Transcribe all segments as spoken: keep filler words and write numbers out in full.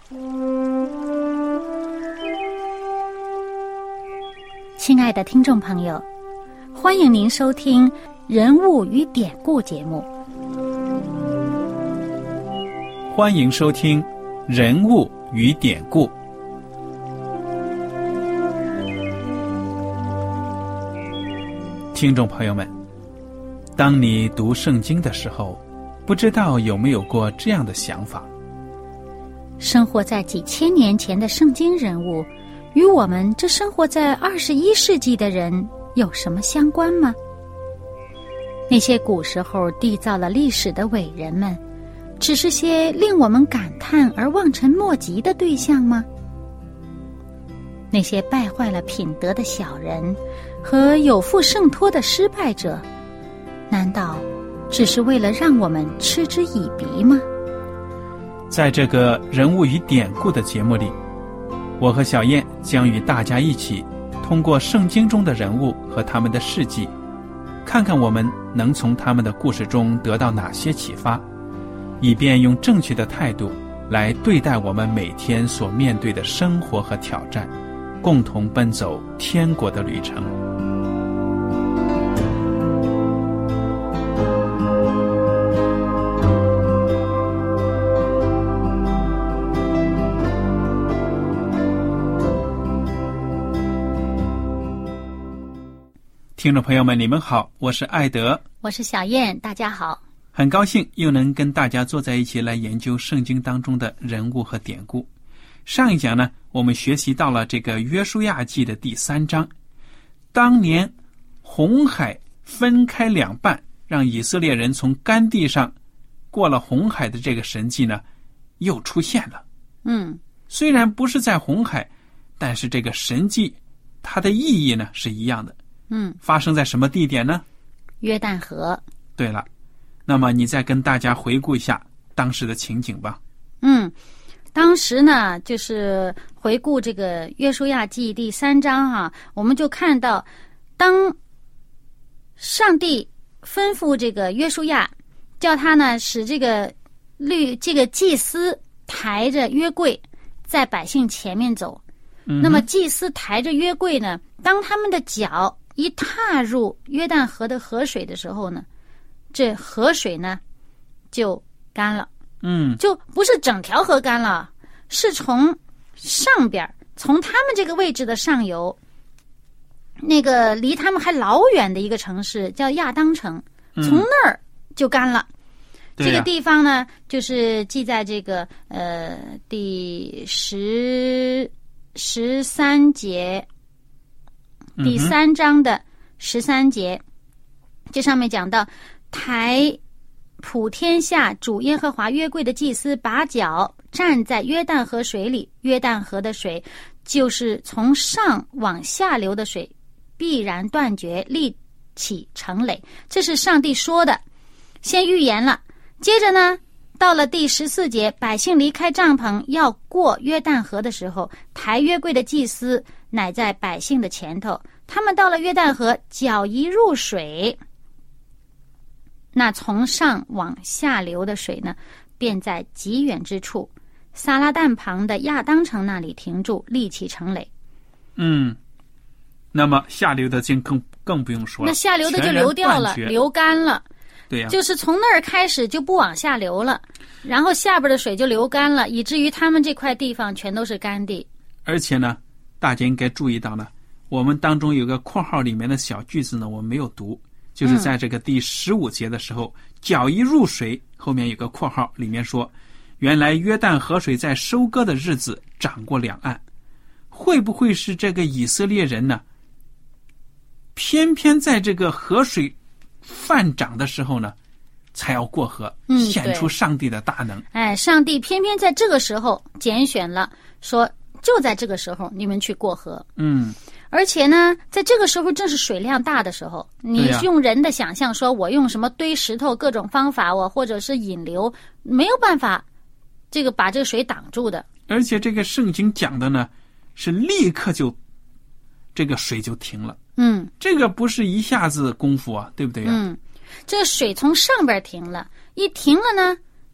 亲爱的听众朋友，欢迎您收听《人物与典故》节目。 欢迎收听《人物与典故》。听众朋友们，当你读圣经的时候，不知道有没有过这样的想法？ 生活在几千年前的圣经人物，与我们这生活在二十一世纪的人有什么相关吗？那些古时候缔造了历史的伟人们，只是些令我们感叹而望尘莫及的对象吗？那些败坏了品德的小人和有负圣托的失败者，难道只是为了让我们嗤之以鼻吗？ 在这个人物与典故的节目里，我和小燕将与大家一起通过圣经中的人物和他们的事迹，看看我们能从他们的故事中得到哪些启发，以便用正确的态度来对待我们每天所面对的生活和挑战，共同奔走天国的旅程。听众朋友们，你们好，我是艾德， 我是小燕，大家好。 很高兴又能跟大家坐在一起来研究圣经当中的人物和典故。上一讲呢，我们学习到了这个约书亚记的第三章，当年红海分开两半，让以色列人从干地上过了红海的这个神迹呢，又出现了。 嗯， 虽然不是在红海，但是这个神迹它的意义呢是一样的。 嗯， 发生在什么地点呢？ 约旦河。对了，那么你再跟大家回顾一下当时的情景吧。 嗯，当时呢，就是回顾这个约书亚记第三章啊，我们就看到，当上帝吩咐这个约书亚，叫他呢使这个律这个祭司抬着约柜在百姓前面走。 嗯、 那么祭司抬着约柜呢，当他们的脚一踏入约旦河的河水的时候呢，这河水呢就干了。 嗯， 就不是整条河干了，是从上边，从他们这个位置的上游，那个离他们还老远的一个城市叫亚当城，从那儿就干了。 嗯、 这个地方呢，就是记在这个呃第十十三节。第三章的十三节，这上面讲到，抬普天下主耶和华约柜的祭司把脚站在约旦河水里，约旦河的水就是从上往下流的水，必然断绝，立起成垒。这是上帝说的，先预言了。接着呢，到了第十四节，百姓离开帐篷要过约旦河的时候，抬约柜的祭司乃在百姓的前头，他们到了约旦河，脚一入水，那从上往下流的水呢，便在极远之处撒拉旦旁的亚当城那里停住，立起成垒。 嗯，那么下流的就更更不用说了， 那下流的就流掉了，流干了。 对呀、啊， 就是从那儿开始就不往下流了，然后下边的水就流干了，以至于他们这块地方全都是干地。 而且呢，大家应该注意到呢，我们当中有个括号里面的小句子呢，我们没有读，就是在这个第十五节的时候，嗯、脚一入水，后面有个括号，里面说，原来约旦河水在收割的日子涨过两岸，会不会是这个以色列人呢？偏偏在这个河水泛涨的时候呢，才要过河， 嗯、 显出上帝的大能。 哎，上帝偏偏在这个时候拣选了，说就在这个时候你们去过河。 嗯， 而且呢，在这个时候正是水量大的时候，你用人的想象说，我用什么堆石头各种方法，我或者是引流，没有办法这个把这个水挡住的。 而且这个圣经讲的呢，是立刻就这个水就停了。 嗯， 这个不是一下子功夫啊，对不对啊？ 嗯，这个水从上边停了，一停了呢，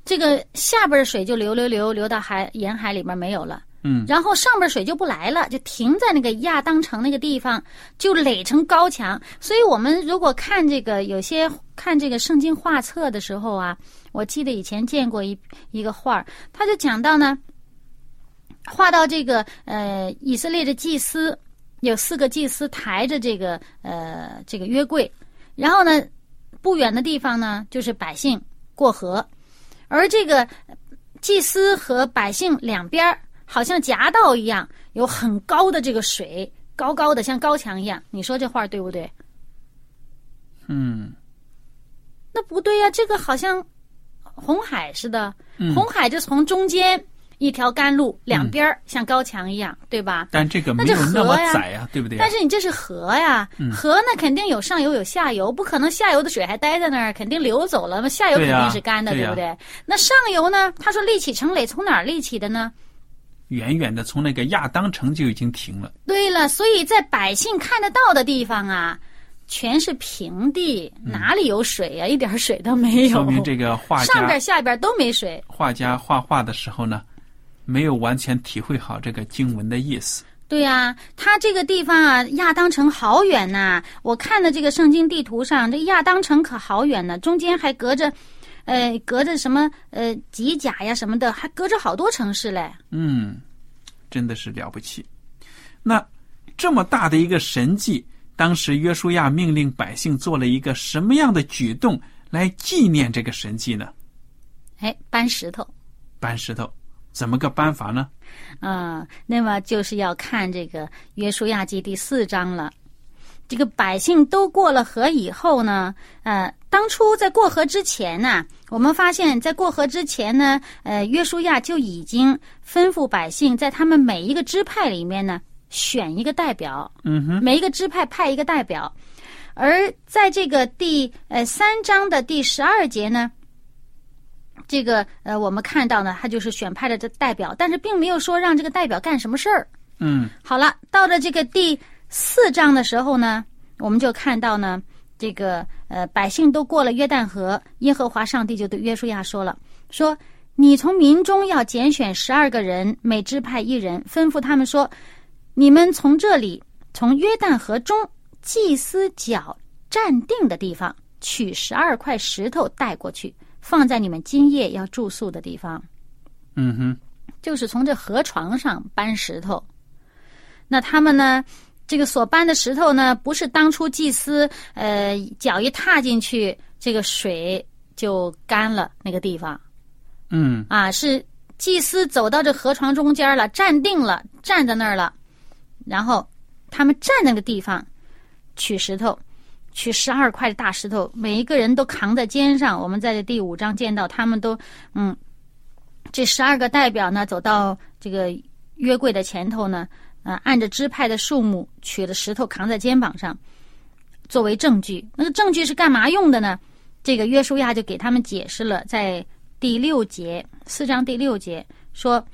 这个下边的水就流流流流到海沿海里面没有了。 嗯， 然后上边水就不来了，就停在那个亚当城那个地方，就垒成高墙。所以我们如果看这个有些看这个圣经画册的时候啊，我记得以前见过一一个画，他就讲到呢，画到这个呃以色列的祭司有四个祭司抬着这个呃这个约柜，然后呢不远的地方呢就是百姓过河，而这个祭司和百姓两边好像夹道一样，有很高的这个水，高高的像高墙一样。你说这话对不对？ 嗯， 那不对呀、啊，这个好像红海似的， 嗯、 红海就从中间一条干路，两边、嗯、像高墙一样，对吧？ 但这个没有那么窄呀、啊，对不对？ 但是你这是河呀，嗯、河那肯定有上游有下游，不可能下游的水还待在那儿，肯定流走了，那下游肯定是干的， 对,、啊、对不对？那上游呢？他说立起城垒，从哪儿立起的呢？ 远远的从那个亚当城就已经停了。 对了，所以在百姓看得到的地方啊，全是平地，哪里有水啊？嗯、一点水都没有。 说明这个画家上边下边都没水。 画家画画的时候呢，没有完全体会好这个经文的意思。 对呀、啊，他这个地方啊，亚当城好远呐、啊！我看的这个圣经地图上，这亚当城可好远呢，中间还隔着。呃，隔着什么呃吉甲呀什么的，还隔着好多城市嘞。 嗯，真的是了不起。那这么大的一个神迹，当时约书亚命令百姓做了一个什么样的举动来纪念这个神迹呢？ 哎，搬石头。 搬石头，怎么个搬法呢？ 啊、嗯，那么就是要看这个约书亚记第四章了。这个百姓都过了河以后呢，呃，当初在过河之前呢、啊，我们发现在过河之前呢，呃，约书亚就已经吩咐百姓在他们每一个支派里面呢选一个代表， 嗯哼， 每一个支派派一个代表，而在这个第呃三章的第十二节呢，这个呃我们看到呢，他就是选派了这代表，但是并没有说让这个代表干什么事儿。 嗯， 好了，到了这个第四章的时候呢，我们就看到呢，这个呃百姓都过了约旦河，耶和华上帝就对约书亚说了，说你从民中要拣选十二个人，每支派一人，吩咐他们说，你们从这里从约旦河中祭司脚站定的地方取十二块石头带过去，放在你们今夜要住宿的地方。 嗯哼， 就是从这河床上搬石头。那他们呢，这个所搬的石头呢，不是当初祭司呃脚一踏进去，这个水就干了那个地方。 嗯， 啊，是祭司走到这河床中间了，站定了，站在那儿了，然后他们站那个地方取石头，取十二块的大石头，每一个人都扛在肩上。我们在这第五章见到他们都嗯，这十二个代表呢走到这个约柜的前头呢，啊，按着支派的数目取了石头扛在肩膀上，作为证据。那个证据是干嘛用的呢？这个约书亚就给他们解释了，在第六节，四章第六节说，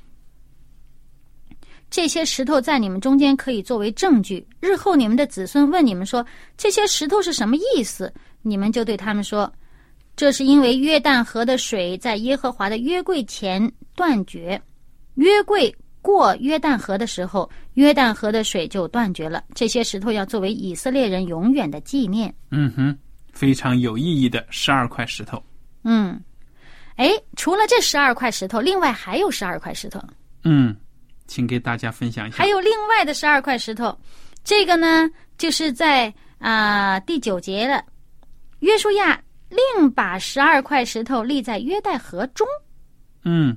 这些石头在你们中间可以作为证据，日后你们的子孙问你们说，这些石头是什么意思？你们就对他们说，这是因为约旦河的水在耶和华的约柜前断绝，约柜过约旦河的时候，约旦河的水就断绝了。这些石头要作为以色列人永远的纪念。 嗯哼，非常有意义的十二块石头。 嗯，哎，除了这十二块石头，另外还有十二块石头。 嗯，请给大家分享一下。 还有另外的十二块石头，这个呢，就是在啊、呃、第九节了。约书亚另把十二块石头立在约旦河中。 嗯，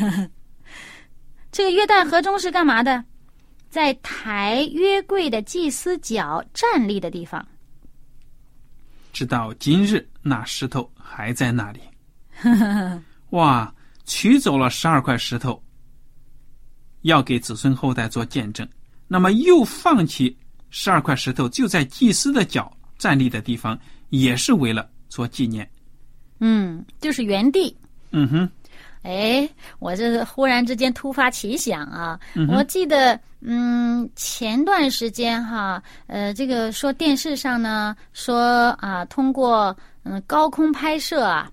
这个约旦河中是干嘛的？在抬约柜的祭司脚站立的地方。 直到今日，那石头还在那里。哇，取走了十二块石头，要给子孙后代做见证。那么又放弃十二块石头，就在祭司的脚站立的地方，也是为了做纪念。 嗯，就是原地。 嗯哼。 哎，我这忽然之间突发奇想啊！ 嗯、 我记得，嗯，前段时间哈，呃，这个说电视上呢说啊，通过嗯高空拍摄啊，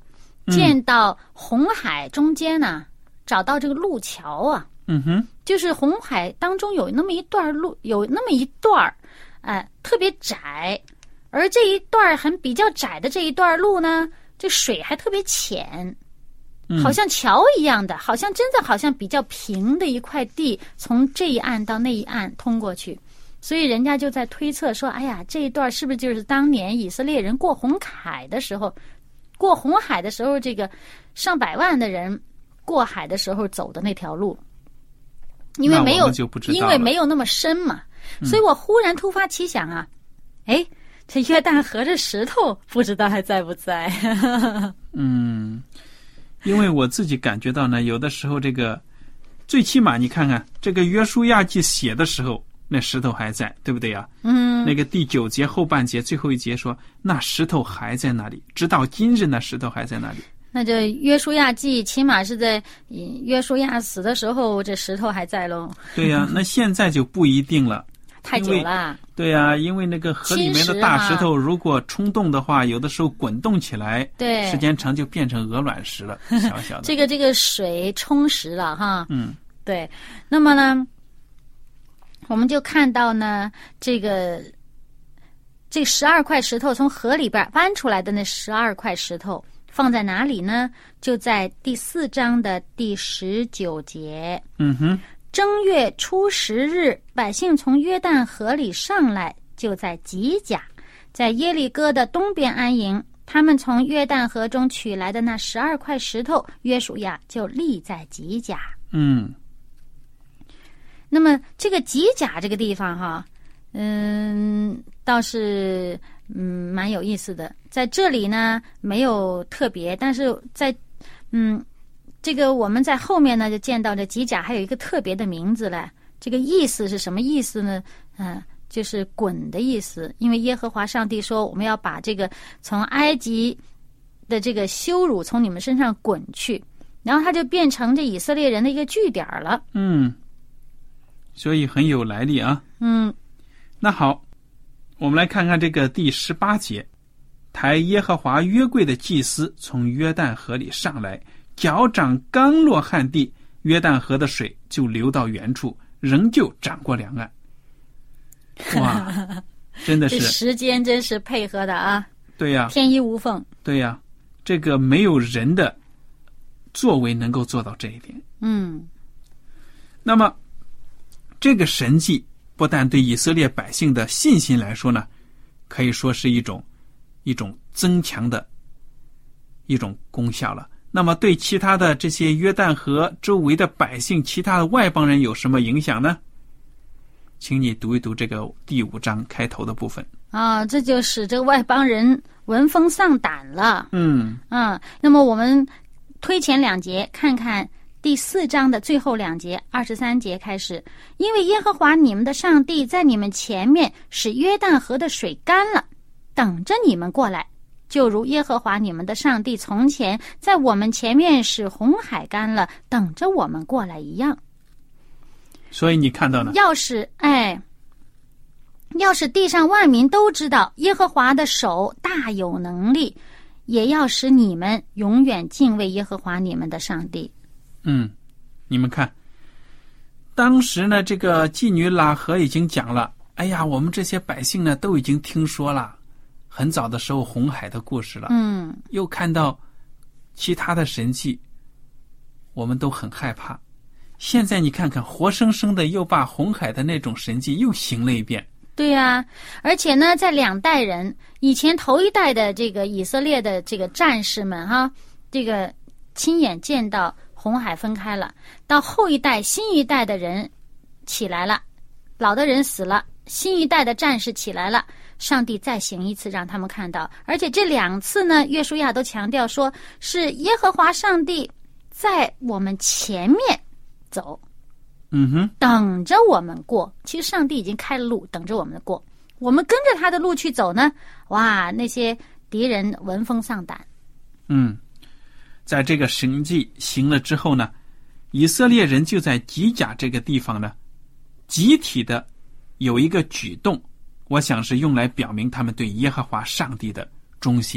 见到红海中间呢、啊，找到这个路桥啊。 嗯哼， 就是红海当中有那么一段路，有那么一段，哎、呃，特别窄，而这一段很比较窄的这一段路呢，这水还特别浅，好像桥一样的，好像真的好像比较平的一块地，从这一岸到那一岸通过去。所以人家就在推测说，哎呀，这一段是不是就是当年以色列人过红海的时候，过红海的时候，这个上百万的人过海的时候走的那条路？因为没有，因为没有那么深嘛，嗯、所以我忽然突发奇想啊，哎，这约旦河这石头不知道还在不在？ 嗯，因为我自己感觉到呢，有的时候这个，最起码你看看这个约书亚记写的时候，那石头还在，对不对呀？ 嗯， 那个第九节后半节最后一节说，那石头还在那里，直到今日那石头还在那里。 那这约书亚记起码是在约书亚死的时候，这石头还在喽。 对呀、啊，那现在就不一定了， 太久了。 对呀、啊，因为那个河里面的大石头，如果冲动的话，有的时候滚动起来， 对， 时间长就变成鹅卵石了，小小的。 这个这个水充实了哈。 嗯， 对。那么呢，我们就看到呢，这个这十二块石头从河里边搬出来的那十二块石头。放在哪里呢？就在第四章的第十九节。 嗯哼， 正月初十日，百姓从约旦河里上来，就在吉甲，在耶利哥的东边安营。他们从约旦河中取来的那十二块石头，约书亚就立在吉甲。 嗯， 那么这个吉甲这个地方哈，嗯，倒是。嗯，蛮有意思的。在这里呢，没有特别，但是在嗯，这个我们在后面呢就见到这吉甲还有一个特别的名字了。这个意思是什么意思呢？嗯、呃，就是滚的意思。因为耶和华上帝说，我们要把这个从埃及的这个羞辱从你们身上滚去，然后它就变成这以色列人的一个据点了。 嗯，所以很有来历啊。 嗯， 那好。我们来看看这个第十八节，抬耶和华约柜的祭司从约旦河里上来，脚掌刚落旱地，约旦河的水就流到原处，仍旧涨过两岸。哇，真的是这时间真是配合的啊！ 对呀、啊， 天衣无缝。 对呀、啊，这个没有人的作为能够做到这一点。 嗯， 那么这个神迹。不但对以色列百姓的信心来说呢，可以说是一种一种增强的一种功效了。那么对其他的这些约旦河周围的百姓，其他的外邦人有什么影响呢？请你读一读这个第五章开头的部分啊，这就使这个外邦人闻风丧胆了。 嗯嗯，那么我们推前两节看看。第四章的最后两节，二十三节开始，因为耶和华你们的上帝在你们前面使约旦河的水干了，等着你们过来，就如耶和华你们的上帝从前在我们前面使红海干了，等着我们过来一样。 所以你看到呢？ 要是哎，要是地上万民都知道耶和华的手大有能力，也要使你们永远敬畏耶和华你们的上帝。 嗯，你们看，当时呢，这个妓女拉合已经讲了，哎呀，我们这些百姓呢都已经听说了很早的时候红海的故事了， 嗯， 又看到其他的神迹，我们都很害怕。现在你看看，活生生的又把红海的那种神迹又行了一遍。 对呀、啊，而且呢，在两代人以前头一代的这个以色列的这个战士们哈，这个亲眼见到红海分开了，到后一代新一代的人起来了，老的人死了，新一代的战士起来了，上帝再行一次让他们看到。而且这两次呢，约书亚都强调说是耶和华上帝在我们前面走， 嗯哼， 等着我们过。其实上帝已经开了路，等着我们过，我们跟着他的路去走呢，哇，那些敌人闻风丧胆。 嗯，在这个神迹行了之后呢，以色列人就在吉甲这个地方呢，集体的有一个举动，我想是用来表明他们对耶和华上帝的忠心的。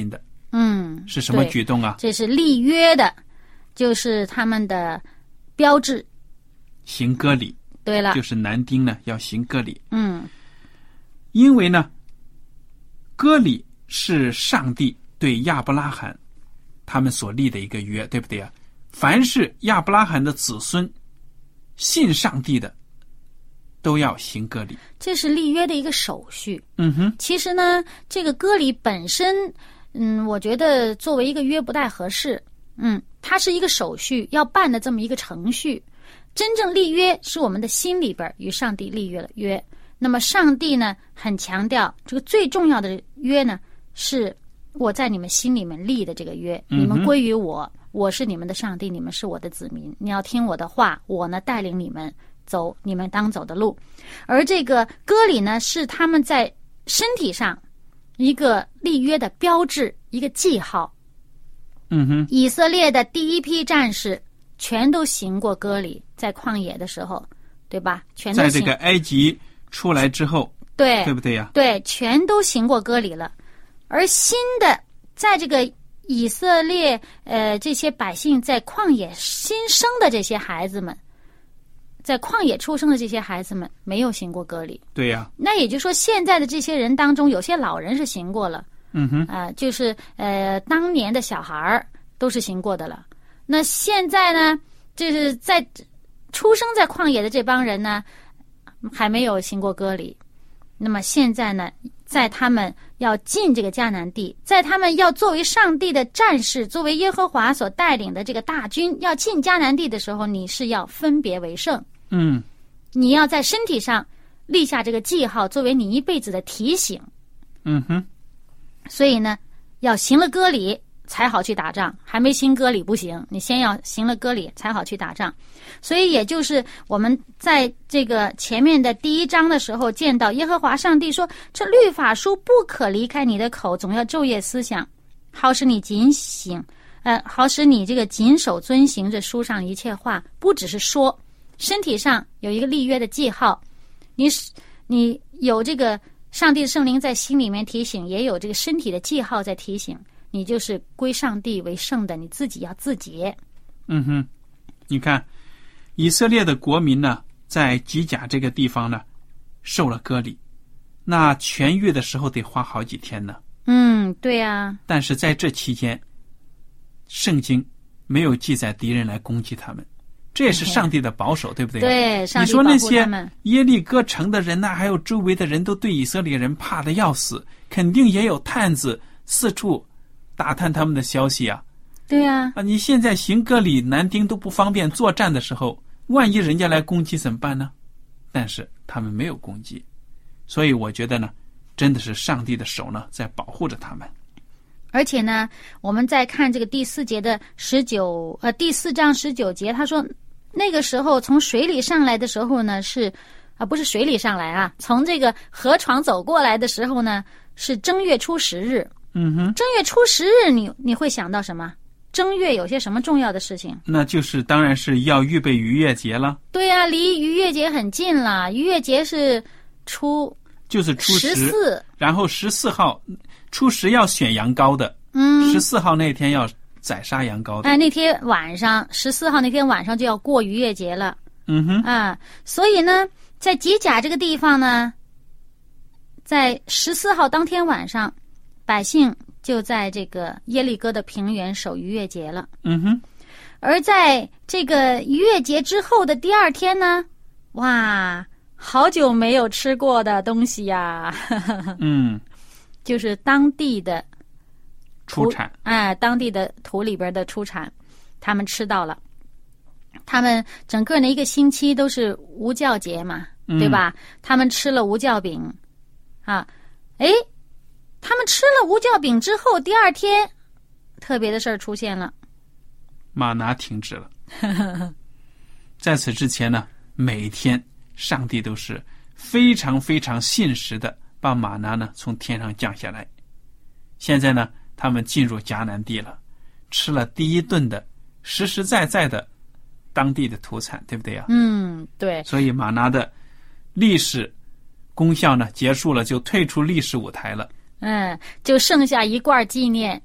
嗯， 是什么举动啊？ 这是立约的，就是他们的标志。 行割礼。 对了， 就是男丁呢要行割礼。 嗯， 因为呢，割礼是上帝对亚伯拉罕他们所立的一个约，对不对啊？凡是亚伯拉罕的子孙信上帝的，都要行割礼。 这是立约的一个手续。 嗯哼。 其实呢，这个割礼本身，嗯，我觉得作为一个约不太合适。嗯，它是一个手续要办的这么一个程序。真正立约是我们的心里边与上帝立约了约。那么上帝呢，很强调这个最重要的约呢，是我在你们心里面立的这个约， 嗯、 你们归于我，我是你们的上帝，你们是我的子民，你要听我的话，我呢带领你们走你们当走的路。而这个割礼呢，是他们在身体上一个立约的标志，一个记号。 嗯哼。 以色列的第一批战士全都行过割礼，在旷野的时候，对吧？全都行。 在这个埃及出来之后， 对， 对不对呀？ 对，全都行过割礼了。而新的，在这个以色列呃这些百姓在旷野新生的这些孩子们，在旷野出生的这些孩子们没有行过割礼。 对呀。 那也就是说，现在的这些人当中，有些老人是行过了。 嗯哼。 啊、呃，就是呃当年的小孩儿都是行过的了。那现在呢，就是在出生在旷野的这帮人呢，还没有行过割礼。那么现在呢，在他们要进这个迦南地，在他们要作为上帝的战士，作为耶和华所带领的这个大军要进迦南地的时候，你是要分别为圣。 嗯， 你要在身体上立下这个记号，作为你一辈子的提醒。 嗯哼。 所以呢，要行了割礼才好去打仗，还没行割礼不行，你先要行了割礼才好去打仗。所以也就是我们在这个前面的第一章的时候见到耶和华上帝说，这律法书不可离开你的口，总要昼夜思想，好使你警醒，呃，好使你这个谨守遵行这书上一切话。不只是说，身体上有一个立约的记号，你你有这个上帝的圣灵在心里面提醒，也有这个身体的记号在提醒，你就是归上帝为圣的，你自己要自洁。 嗯哼。你看以色列的国民呢，在吉甲这个地方呢受了割礼，那痊愈的时候得花好几天呢。 嗯，对啊。 但是在这期间，圣经没有记载敌人来攻击他们，这也是上帝的保守，对不对？ 对，上帝你说那些保护他们耶利哥城的人呐、啊，还有周围的人都对以色列人怕得要死，肯定也有探子四处打探他们的消息啊。 对啊。 啊，你现在行割礼，男丁都不方便作战的时候，万一人家来攻击怎么办呢？但是他们没有攻击，所以我觉得呢，真的是上帝的手呢在保护着他们。 而且呢，我们再看这个第四节的十九呃第四章十九节，他说那个时候从水里上来的时候呢是啊不是水里上来啊，从这个河床走过来的时候呢是正月初十日。 嗯哼。 正月初十日你你会想到什么？正月有些什么重要的事情？ 那就是当然是要预备逾越节了。 对啊，离逾越节很近了。逾越节是初就是初十， 十四， 然后十四号初十要选羊羔的， 嗯， 十四号那天要宰杀羊羔的。 哎，那天晚上十四号那天晚上就要过逾越节了。 嗯哼。 啊，所以呢，在吉甲这个地方呢，在十四号当天晚上，百姓就在这个耶利哥的平原守逾越节了。 嗯哼。 而在这个逾越节之后的第二天呢，哇，好久没有吃过的东西呀。 嗯， 就是当地的出产， 哎，当地的土里边的出产，他们吃到了。他们整个的一个星期都是无酵节嘛， 嗯、 对吧？他们吃了无酵饼，啊，哎，他们吃了无酵饼之后，第二天特别的事儿出现了， 玛拿停止了。在此之前呢，每天上帝都是非常非常信实的把玛拿呢从天上降下来。现在呢，他们进入迦南地了，吃了第一顿的实实在在的当地的土产，对不对呀？ 嗯，对。 所以玛拿的历史功效呢结束了，就退出历史舞台了。 嗯，就剩下一罐纪念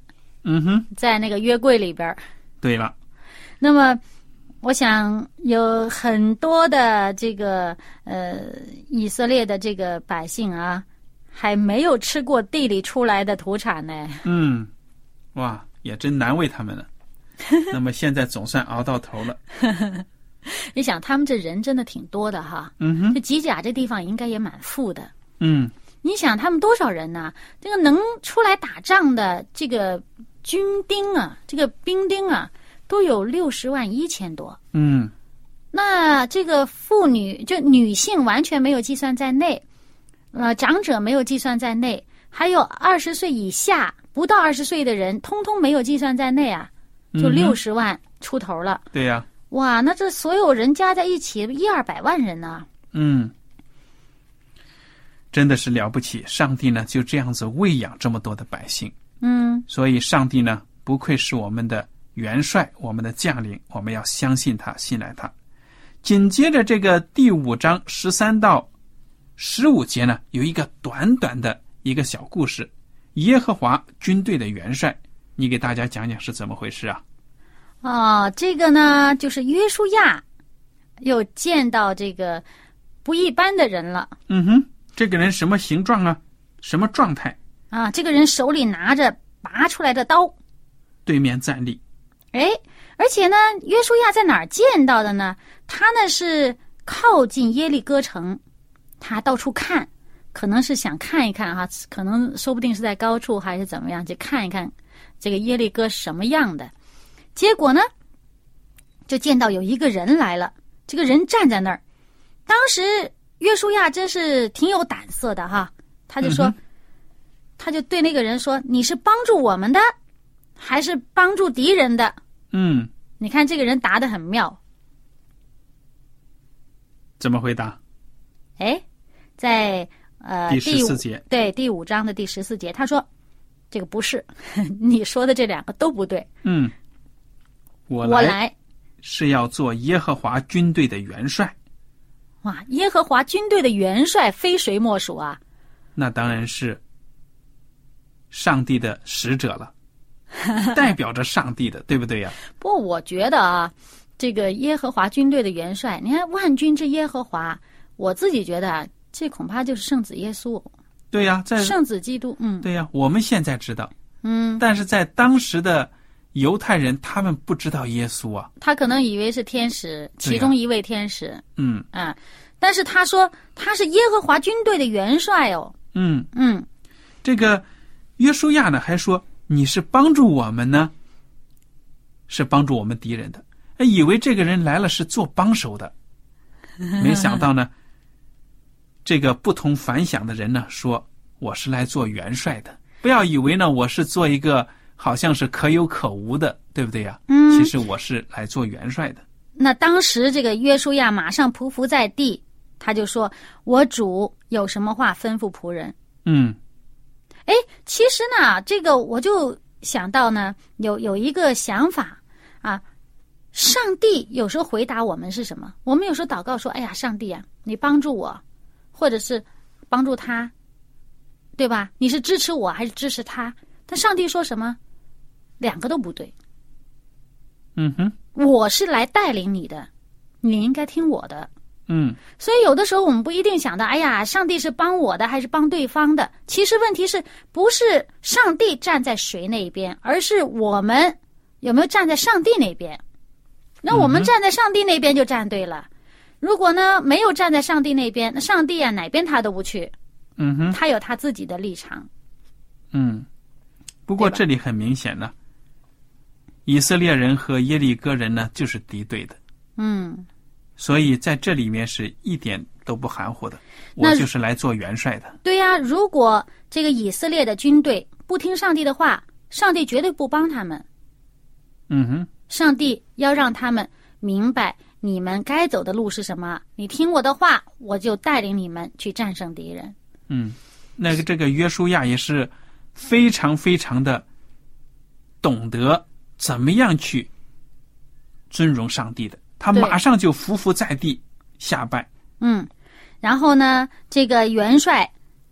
嗯哼， 在那个约柜里边。 对了， 那么我想有很多的这个呃以色列的这个百姓啊，还没有吃过地里出来的土产呢。 嗯，哇，也真难为他们了。那么现在总算熬到头了。 你想他们这人真的挺多的哈。 嗯哼， 这吉甲这地方应该也蛮富的。 嗯， 你想他们多少人呢？这个能出来打仗的这个军丁啊，这个兵丁啊，都有六十万一千多。 嗯， 那这个妇女就女性完全没有计算在内，呃，长者没有计算在内，还有二十岁以下不到二十岁的人，通通没有计算在内啊，就六十万出头了。 嗯、对呀、啊。 哇，那这所有人加在一起一二百万人呢。 嗯，真的是了不起。上帝呢就这样子喂养这么多的百姓。 嗯， 所以上帝呢不愧是我们的元帅，我们的将领，我们要相信他，信赖他。紧接着这个第五章十三到十五节呢，有一个短短的一个小故事，耶和华军队的元帅，你给大家讲讲是怎么回事啊？ 哦，这个呢就是约书亚又见到这个不一般的人了。 嗯哼，这个人什么形状啊？什么状态？ 啊，这个人手里拿着拔出来的刀， 对面站立。 哎，而且呢，约书亚在哪儿见到的呢？他呢是靠近耶利哥城，他到处看，可能是想看一看哈，可能说不定是在高处还是怎么样，去看一看这个耶利哥什么样的。结果呢，就见到有一个人来了，这个人站在那儿。当时约书亚真是挺有胆色的哈，他就说。嗯，他就对那个人说：“你是帮助我们的，还是帮助敌人的？” 嗯， 你看这个人答得很妙。 怎么回答？ 哎，在呃第十四节， 对第五章的第十四节，他说：“这个不是，你说的这两个都不对。” 嗯，我来我来是要做耶和华军队的元帅。 哇，耶和华军队的元帅非谁莫属啊？ 那当然是上帝的使者了，代表着上帝的，对不对呀？ 不过我觉得啊，这个耶和华军队的元帅，你看万军之耶和华，我自己觉得啊，这恐怕就是圣子耶稣。 对呀，在圣子基督，嗯， 对呀，我们现在知道， 嗯， 但是在当时的犹太人，他们不知道耶稣啊， 他可能以为是天使，其中一位天使， 嗯啊，但是他说他是耶和华军队的元帅哦， 嗯嗯， 这个。约书亚呢还说你是帮助我们呢，是帮助我们敌人的，以为这个人来了是做帮手的，没想到呢这个不同凡响的人呢说我是来做元帅的，不要以为呢我是做一个好像是可有可无的，对不对呀？ 嗯， 其实我是来做元帅的。 那当时这个约书亚马上匍匐在地，他就说我主有什么话吩咐仆人。 嗯， 哎，其实呢，这个我就想到呢，有有一个想法啊，上帝有时候回答我们是什么？我们有时候祷告说：“哎呀，上帝啊，你帮助我，或者是帮助他，对吧？你是支持我还是支持他？”但上帝说什么？两个都不对。 嗯哼， 我是来带领你的，你应该听我的。 嗯， 所以有的时候我们不一定想到，哎呀，上帝是帮我的还是帮对方的？其实问题是不是上帝站在谁那边，而是我们有没有站在上帝那边？那我们站在上帝那边就站对了。如果呢没有站在上帝那边，那上帝啊哪边他都不去。 嗯哼， 他有他自己的立场。 嗯，不过这里很明显呢，以色列人和耶利哥人呢就是敌对的。 嗯。 所以在这里面是一点都不含糊的，我就是来做元帅的。 对呀、啊，如果这个以色列的军队不听上帝的话，上帝绝对不帮他们。 嗯哼， 上帝要让他们明白你们该走的路是什么，你听我的话，我就带领你们去战胜敌人。 嗯，那个这个约书亚也是非常非常的懂得怎么样去尊荣上帝的。他马上就匍匐在地下拜。 嗯，然后呢，这个元帅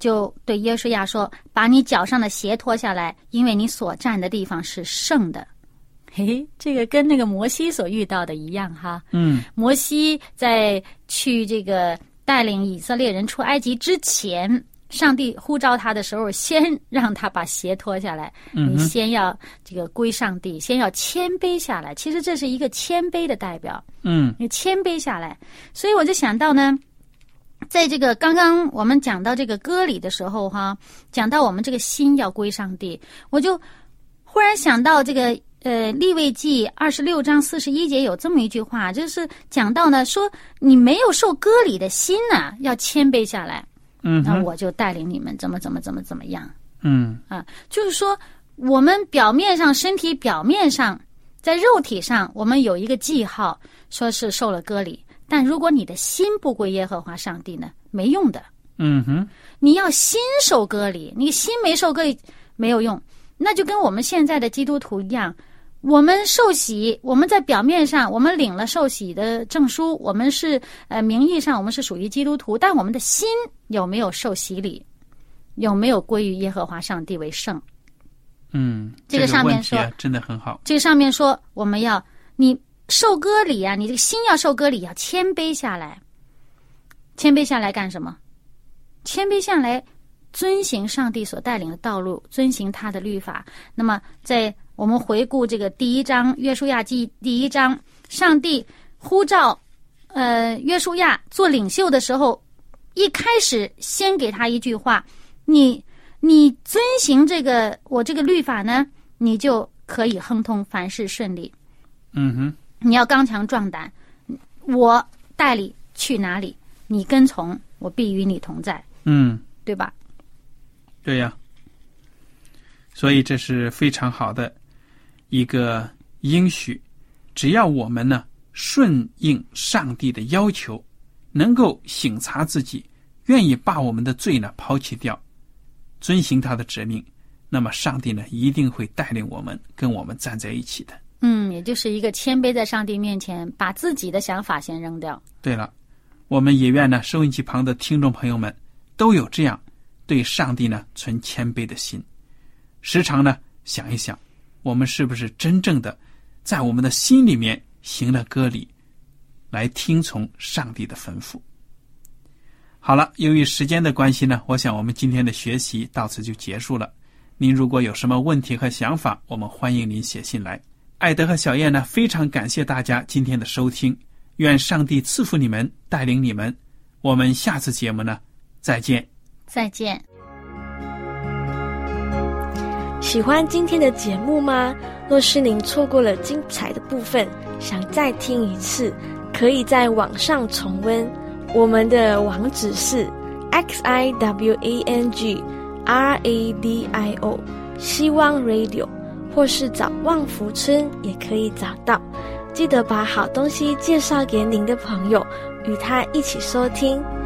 就对约书亚说，把你脚上的鞋脱下来，因为你所站的地方是圣的。嘿，这个跟那个摩西所遇到的一样哈。 嗯， 摩西在去这个带领以色列人出埃及之前，上帝呼召他的时候，先让他把鞋脱下来。 嗯， 你先要这个归上帝，先要谦卑下来。其实这是一个谦卑的代表。 嗯， 你谦卑下来。所以我就想到呢，在这个刚刚我们讲到这个歌礼的时候哈，讲到我们这个心要归上帝，我就忽然想到这个呃利未记二十六章四十一节有这么一句话，就是讲到呢，说你没有受割礼的心呢、啊，要谦卑下来。 嗯， 那我就带领你们怎么怎么怎么怎么样。 嗯啊，就是说我们表面上身体表面上在肉体上我们有一个记号，说是受了割礼，但如果你的心不归耶和华上帝呢，没用的。 嗯哼， 你要心受割礼，你心没受割礼没有用。那就跟我们现在的基督徒一样，我们受洗，我们在表面上我们领了受洗的证书，我们是呃名义上我们是属于基督徒，但我们的心有没有受洗礼，有没有归于耶和华上帝为圣？ 嗯， 这个上面说、 这个、真的很好。 这个上面说我们要你受割礼啊，你这个心要受割礼，要谦卑下来。谦卑下来干什么？谦卑下来遵行上帝所带领的道路，遵行他的律法。那么在我们回顾这个第一章约书亚记第一章，上帝呼召呃约书亚做领袖的时候，一开始先给他一句话，你你遵行这个我这个律法呢，你就可以亨通，凡事顺利。 嗯哼， 你要刚强壮胆，我带你去哪里，你跟从，我必与你同在。 嗯， 对吧？ 对呀，所以这是非常好的一个应许。只要我们呢顺应上帝的要求，能够省察自己，愿意把我们的罪呢抛弃掉，遵行他的指命，那么上帝呢一定会带领我们，跟我们站在一起的。 嗯，也就是一个谦卑在上帝面前，把自己的想法先扔掉。 对了，我们也愿呢收音机旁的听众朋友们都有这样对上帝呢存谦卑的心，时常呢想一想，我们是不是真正的在我们的心里面行了割礼，来听从上帝的吩咐。好了，由于时间的关系呢，我想我们今天的学习到此就结束了。您如果有什么问题和想法，我们欢迎您写信来。艾德和小燕呢非常感谢大家今天的收听，愿上帝赐福你们，带领你们。我们下次节目呢再见。 再见。 喜欢今天的节目吗？若是您错过了精彩的部分，想再听一次，可以在网上重温。我们的网址是 x i w a n g r a d i o 希望 Radio， 或是找旺福村也可以找到。记得把好东西介绍给您的朋友，与他一起收听。